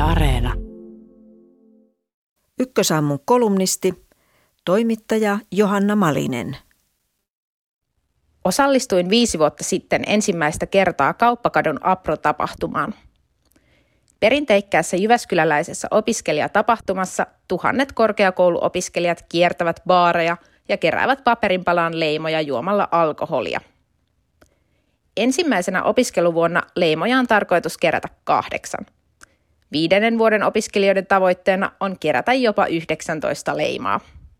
Areena. Ykkösaamun kolumnisti, toimittaja Johanna Malinen. Osallistuin 5 vuotta sitten ensimmäistä kertaa Kauppakadun Apro-tapahtumaan. Perinteikkäässä jyväskyläläisessä opiskelijatapahtumassa tuhannet korkeakouluopiskelijat kiertävät baareja ja keräävät paperinpalaan leimoja juomalla alkoholia. Ensimmäisenä opiskeluvuonna leimoja on tarkoitus kerätä 8. 5. vuoden opiskelijoiden tavoitteena on kerätä jopa 19 leimaa.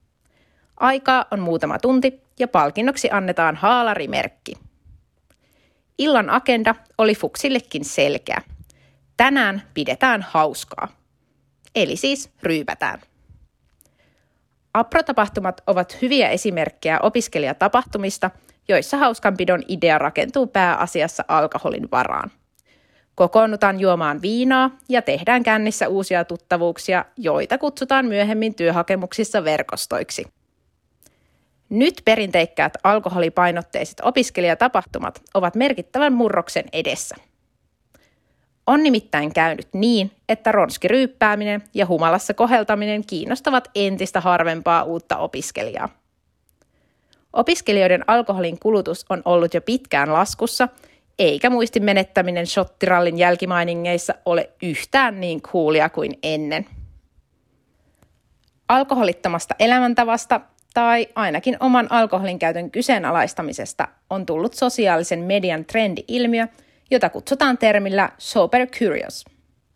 Aikaa on muutama tunti ja palkinnoksi annetaan haalarimerkki. Illan agenda oli fuksillekin selkeä. Tänään pidetään hauskaa. Eli siis ryypätään. Apro-tapahtumat ovat hyviä esimerkkejä opiskelijatapahtumista, joissa hauskanpidon idea rakentuu pääasiassa alkoholin varaan. Kokoonnutaan juomaan viinaa ja tehdään kännissä uusia tuttavuuksia, joita kutsutaan myöhemmin työhakemuksissa verkostoiksi. Nyt perinteikkäät alkoholipainotteiset opiskelijatapahtumat ovat merkittävän murroksen edessä. On nimittäin käynyt niin, että ronskiryyppääminen ja humalassa koheltaminen kiinnostavat entistä harvempaa uutta opiskelijaa. Opiskelijoiden alkoholin kulutus on ollut jo pitkään laskussa, eikä muistin menettäminen shottirallin jälkimainingeissa ole yhtään niin coolia kuin ennen. Alkoholittomasta elämäntavasta tai ainakin oman alkoholin käytön kyseenalaistamisesta on tullut sosiaalisen median trendi-ilmiö, jota kutsutaan termillä sober curious.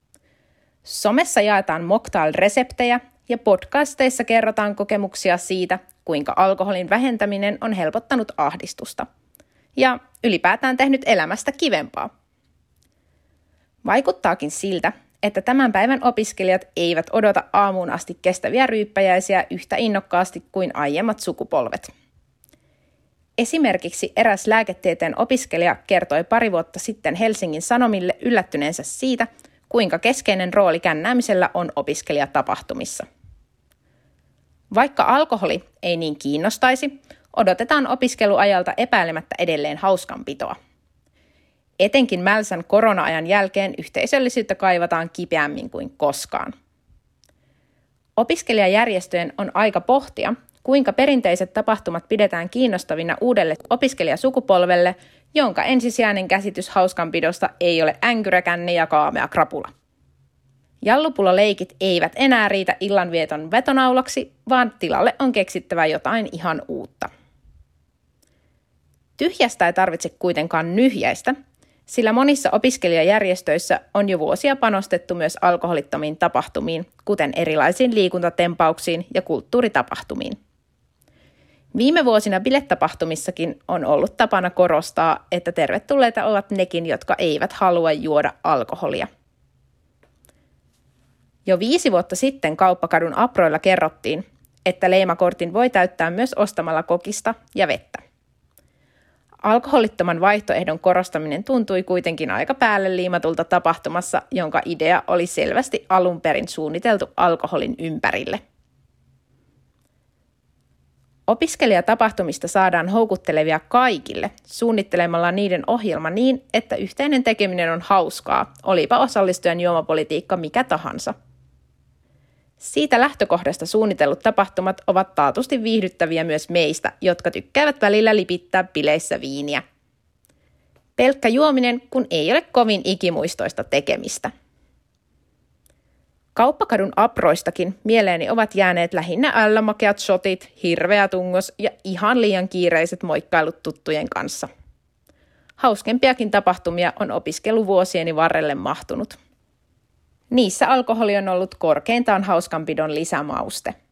Somessa jaetaan mocktail-reseptejä ja podcasteissa kerrotaan kokemuksia siitä, kuinka alkoholin vähentäminen on helpottanut ahdistusta ja ylipäätään tehnyt elämästä kivempaa. Vaikuttaakin siltä, että tämän päivän opiskelijat eivät odota aamuun asti kestäviä ryyppäjäisiä yhtä innokkaasti kuin aiemmat sukupolvet. Esimerkiksi eräs lääketieteen opiskelija kertoi 2 vuotta sitten Helsingin Sanomille yllättyneensä siitä, kuinka keskeinen rooli kännäämisellä on opiskelijatapahtumissa. Vaikka alkoholi ei niin kiinnostaisi, odotetaan opiskeluajalta epäilemättä edelleen hauskanpitoa. Etenkin mälsän korona-ajan jälkeen yhteisöllisyyttä kaivataan kipeämmin kuin koskaan. Opiskelijajärjestöjen on aika pohtia, kuinka perinteiset tapahtumat pidetään kiinnostavina uudelle opiskelijasukupolvelle, jonka ensisijainen käsitys hauskanpidosta ei ole änkyräkänni ja kaamea krapula. Jallupuloleikit eivät enää riitä illanvieton vetonaulaksi, vaan tilalle on keksittävä jotain ihan uutta. Tyhjästä ei tarvitse kuitenkaan nyhjäistä, sillä monissa opiskelijajärjestöissä on jo vuosia panostettu myös alkoholittomiin tapahtumiin, kuten erilaisiin liikuntatempauksiin ja kulttuuritapahtumiin. Viime vuosina biletapahtumissakin on ollut tapana korostaa, että tervetulleita ovat nekin, jotka eivät halua juoda alkoholia. Jo 5 vuotta sitten Kauppakadun Aproilla kerrottiin, että leimakortin voi täyttää myös ostamalla kokista ja vettä. Alkoholittoman vaihtoehdon korostaminen tuntui kuitenkin aika päälle liimatulta tapahtumassa, jonka idea oli selvästi alun perin suunniteltu alkoholin ympärille. Opiskelijatapahtumista saadaan houkuttelevia kaikille suunnittelemalla niiden ohjelma niin, että yhteinen tekeminen on hauskaa, olipa osallistujan juomapolitiikka mikä tahansa. Siitä lähtökohdasta suunnitellut tapahtumat ovat taatusti viihdyttäviä myös meistä, jotka tykkäävät välillä lipittää bileissä viiniä. Pelkkä juominen, kun ei ole kovin ikimuistoista tekemistä. Kauppakadun aproistakin mieleeni ovat jääneet lähinnä ällömakeat shotit, hirveä tungos ja ihan liian kiireiset moikkailut tuttujen kanssa. Hauskempiakin tapahtumia on opiskeluvuosieni varrelle mahtunut. Niissä alkoholi on ollut korkeintaan hauskanpidon lisämauste.